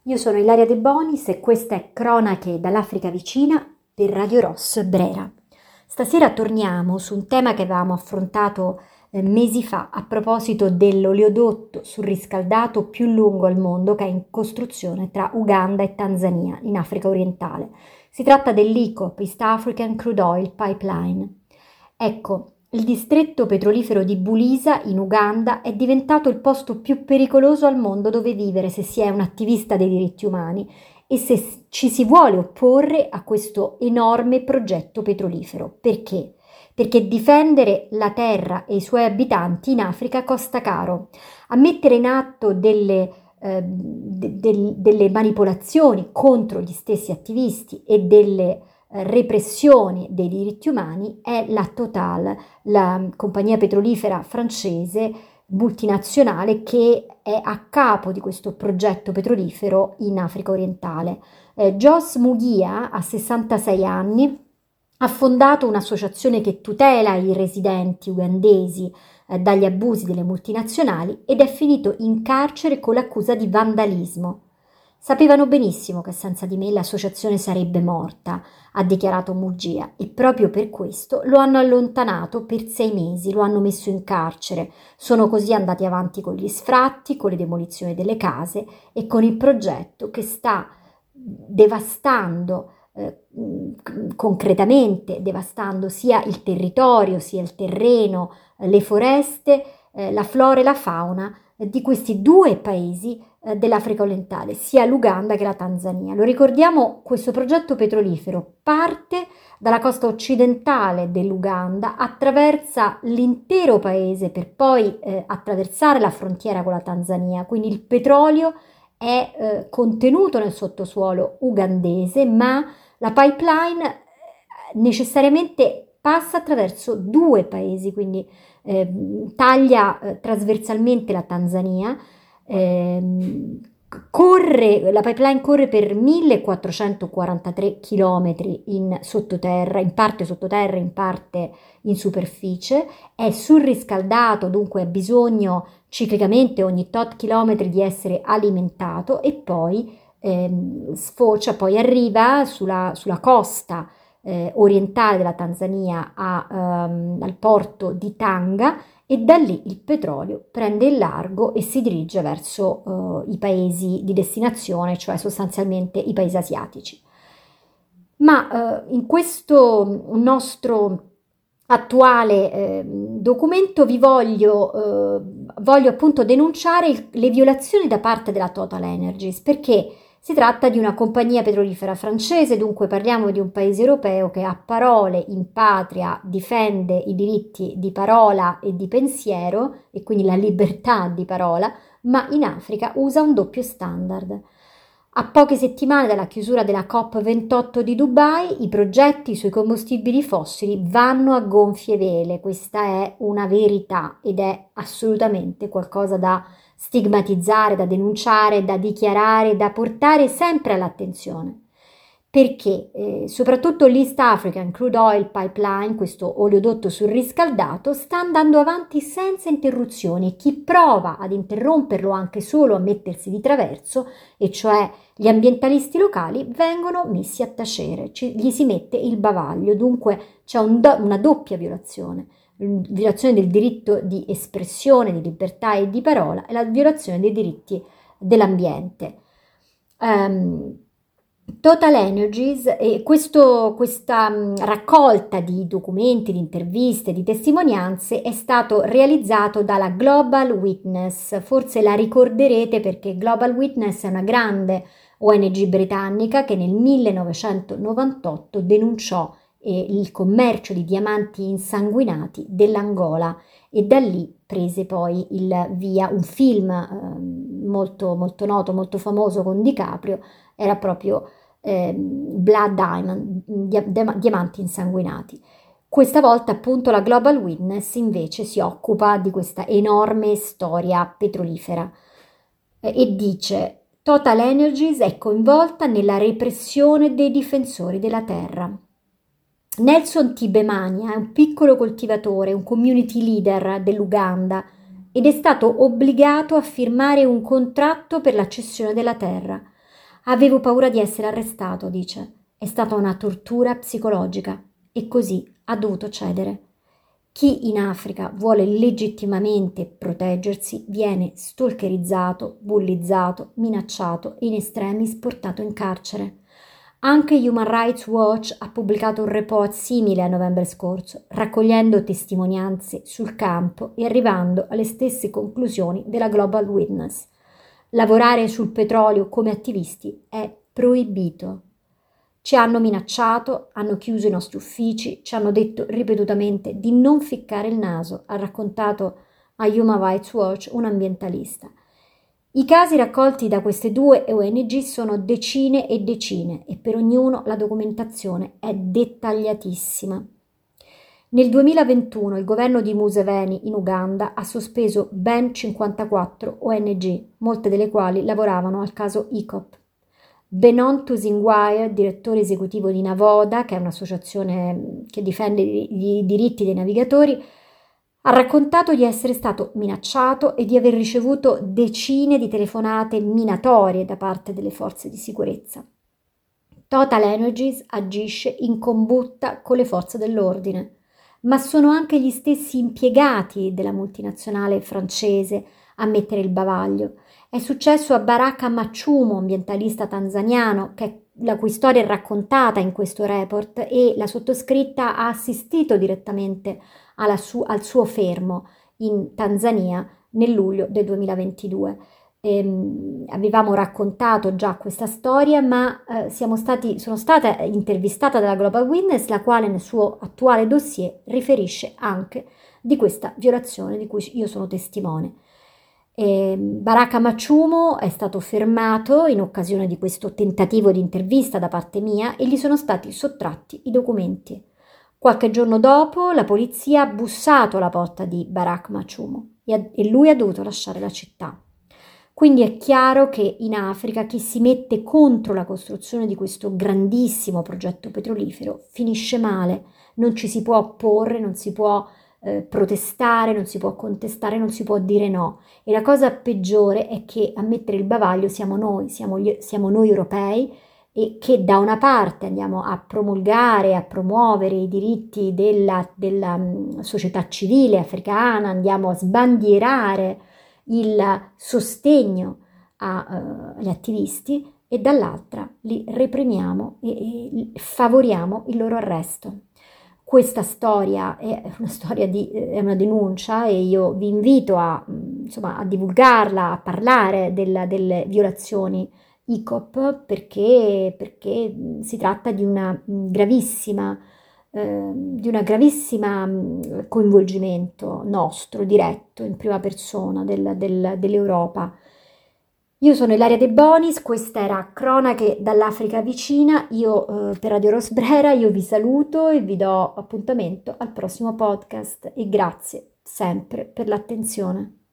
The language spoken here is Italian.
Io sono Ilaria De Bonis e questa è Cronache dall'Africa vicina per Radio Ross Brera. Stasera torniamo su un tema che avevamo affrontato mesi fa a proposito dell'oleodotto surriscaldato più lungo al mondo che è in costruzione tra Uganda e Tanzania in Africa orientale. Si tratta dell'EACOP, East African Crude Oil Pipeline. Ecco, il distretto petrolifero di Bulisa, in Uganda, è diventato il posto più pericoloso al mondo dove vivere se si è un attivista dei diritti umani e se ci si vuole opporre a questo enorme progetto petrolifero. Perché? Perché difendere la terra e i suoi abitanti in Africa costa caro. A mettere in atto delle manipolazioni contro gli stessi attivisti e delle repressioni dei diritti umani è la Total, la compagnia petrolifera francese multinazionale che è a capo di questo progetto petrolifero in Africa orientale. Jos Mugia, a 66 anni, ha fondato un'associazione che tutela i residenti ugandesi dagli abusi delle multinazionali ed è finito in carcere con l'accusa di vandalismo. Sapevano benissimo che senza di me l'associazione sarebbe morta, ha dichiarato Mugia, e proprio per questo lo hanno allontanato per 6 mesi, lo hanno messo in carcere. Sono così andati avanti con gli sfratti, con le demolizioni delle case e con il progetto che sta devastando concretamente, devastando sia il territorio, sia il terreno, le foreste, la flora e la fauna di questi due paesi dell'Africa orientale, sia l'Uganda che la Tanzania. Lo ricordiamo, questo progetto petrolifero parte dalla costa occidentale dell'Uganda, attraversa l'intero paese per poi attraversare la frontiera con la Tanzania, quindi il petrolio è contenuto nel sottosuolo ugandese, ma la pipeline necessariamente passa attraverso due paesi, quindi taglia trasversalmente la Tanzania. La pipeline corre per 1443 km in sottoterra, in parte sottoterra, in parte in superficie, è surriscaldato, dunque ha bisogno ciclicamente ogni tot chilometri di essere alimentato e poi sfocia, poi arriva sulla costa orientale della Tanzania al porto di Tanga e da lì il petrolio prende il largo e si dirige verso i paesi di destinazione, cioè sostanzialmente i paesi asiatici. Ma in questo nostro attuale documento vi voglio appunto denunciare le violazioni da parte della Total Energies, perché si tratta di una compagnia petrolifera francese, dunque parliamo di un paese europeo che a parole in patria difende i diritti di parola e di pensiero e quindi la libertà di parola, ma in Africa usa un doppio standard. A poche settimane dalla chiusura della COP28 di Dubai, i progetti sui combustibili fossili vanno a gonfie vele. Questa è una verità ed è assolutamente qualcosa da stigmatizzare, da denunciare, da dichiarare, da portare sempre all'attenzione. Perché soprattutto l'East African Crude Oil Pipeline, questo oleodotto surriscaldato, sta andando avanti senza interruzioni e chi prova ad interromperlo anche solo a mettersi di traverso, e cioè gli ambientalisti locali, vengono messi a tacere, gli si mette il bavaglio, dunque c'è una doppia violazione del diritto di espressione, di libertà e di parola e la violazione dei diritti dell'ambiente. Total Energies e questa raccolta di documenti, di interviste, di testimonianze è stato realizzato dalla Global Witness. Forse la ricorderete perché Global Witness è una grande ONG britannica che nel 1998 denunciò il commercio di diamanti insanguinati dell'Angola e da lì prese poi il via un film molto, molto noto, molto famoso con DiCaprio, era proprio Blood Diamond, diamanti insanguinati. Questa volta appunto la Global Witness invece si occupa di questa enorme storia petrolifera e dice: Total Energies è coinvolta nella repressione dei difensori della terra. Nelson Tibemania è un piccolo coltivatore, un community leader dell'Uganda ed è stato obbligato a firmare un contratto per la cessione della terra. Avevo paura di essere arrestato, dice. È stata una tortura psicologica e così ha dovuto cedere. Chi in Africa vuole legittimamente proteggersi viene stalkerizzato, bullizzato, minacciato e in estremis portato in carcere. Anche Human Rights Watch ha pubblicato un report simile a novembre scorso, raccogliendo testimonianze sul campo e arrivando alle stesse conclusioni della Global Witness. Lavorare sul petrolio come attivisti è proibito. Ci hanno minacciato, hanno chiuso i nostri uffici, ci hanno detto ripetutamente di non ficcare il naso, ha raccontato a Human Rights Watch un ambientalista. I casi raccolti da queste due ONG sono decine e per ognuno la documentazione è dettagliatissima. Nel 2021 il governo di Museveni in Uganda ha sospeso ben 54 ONG, molte delle quali lavoravano al caso ICOP. Benon Tusingwaya, direttore esecutivo di Navoda, che è un'associazione che difende i diritti dei navigatori, ha raccontato di essere stato minacciato e di aver ricevuto decine di telefonate minatorie da parte delle forze di sicurezza. Total Energies agisce in combutta con le forze dell'ordine, ma sono anche gli stessi impiegati della multinazionale francese a mettere il bavaglio. È successo a Baraka Machumu, ambientalista tanzaniano, la cui storia è raccontata in questo report e la sottoscritta ha assistito direttamente al suo fermo in Tanzania nel luglio del 2022. Avevamo raccontato già questa storia, ma sono stata intervistata dalla Global Witness, la quale nel suo attuale dossier riferisce anche di questa violazione di cui io sono testimone. Baraka Machumu è stato fermato in occasione di questo tentativo di intervista da parte mia e gli sono stati sottratti i documenti. Qualche giorno dopo la polizia ha bussato alla porta di Baraka Machumu e lui ha dovuto lasciare la città. Quindi è chiaro che in Africa chi si mette contro la costruzione di questo grandissimo progetto petrolifero finisce male, non ci si può opporre, non si può protestare, non si può contestare, non si può dire no. E la cosa peggiore è che a mettere il bavaglio siamo noi europei, e che da una parte andiamo a promulgare, a promuovere i diritti della società civile africana, andiamo a sbandierare il sostegno agli attivisti e dall'altra li reprimiamo e favoriamo il loro arresto. Questa storia è è una denuncia e io vi invito a divulgarla, a parlare delle violazioni ICOP perché si tratta di una gravissima coinvolgimento nostro diretto in prima persona dell'Europa. Io sono Ilaria De Bonis, questa era Cronache dall'Africa vicina, io per Radio Rosbrera, io vi saluto e vi do appuntamento al prossimo podcast e grazie sempre per l'attenzione.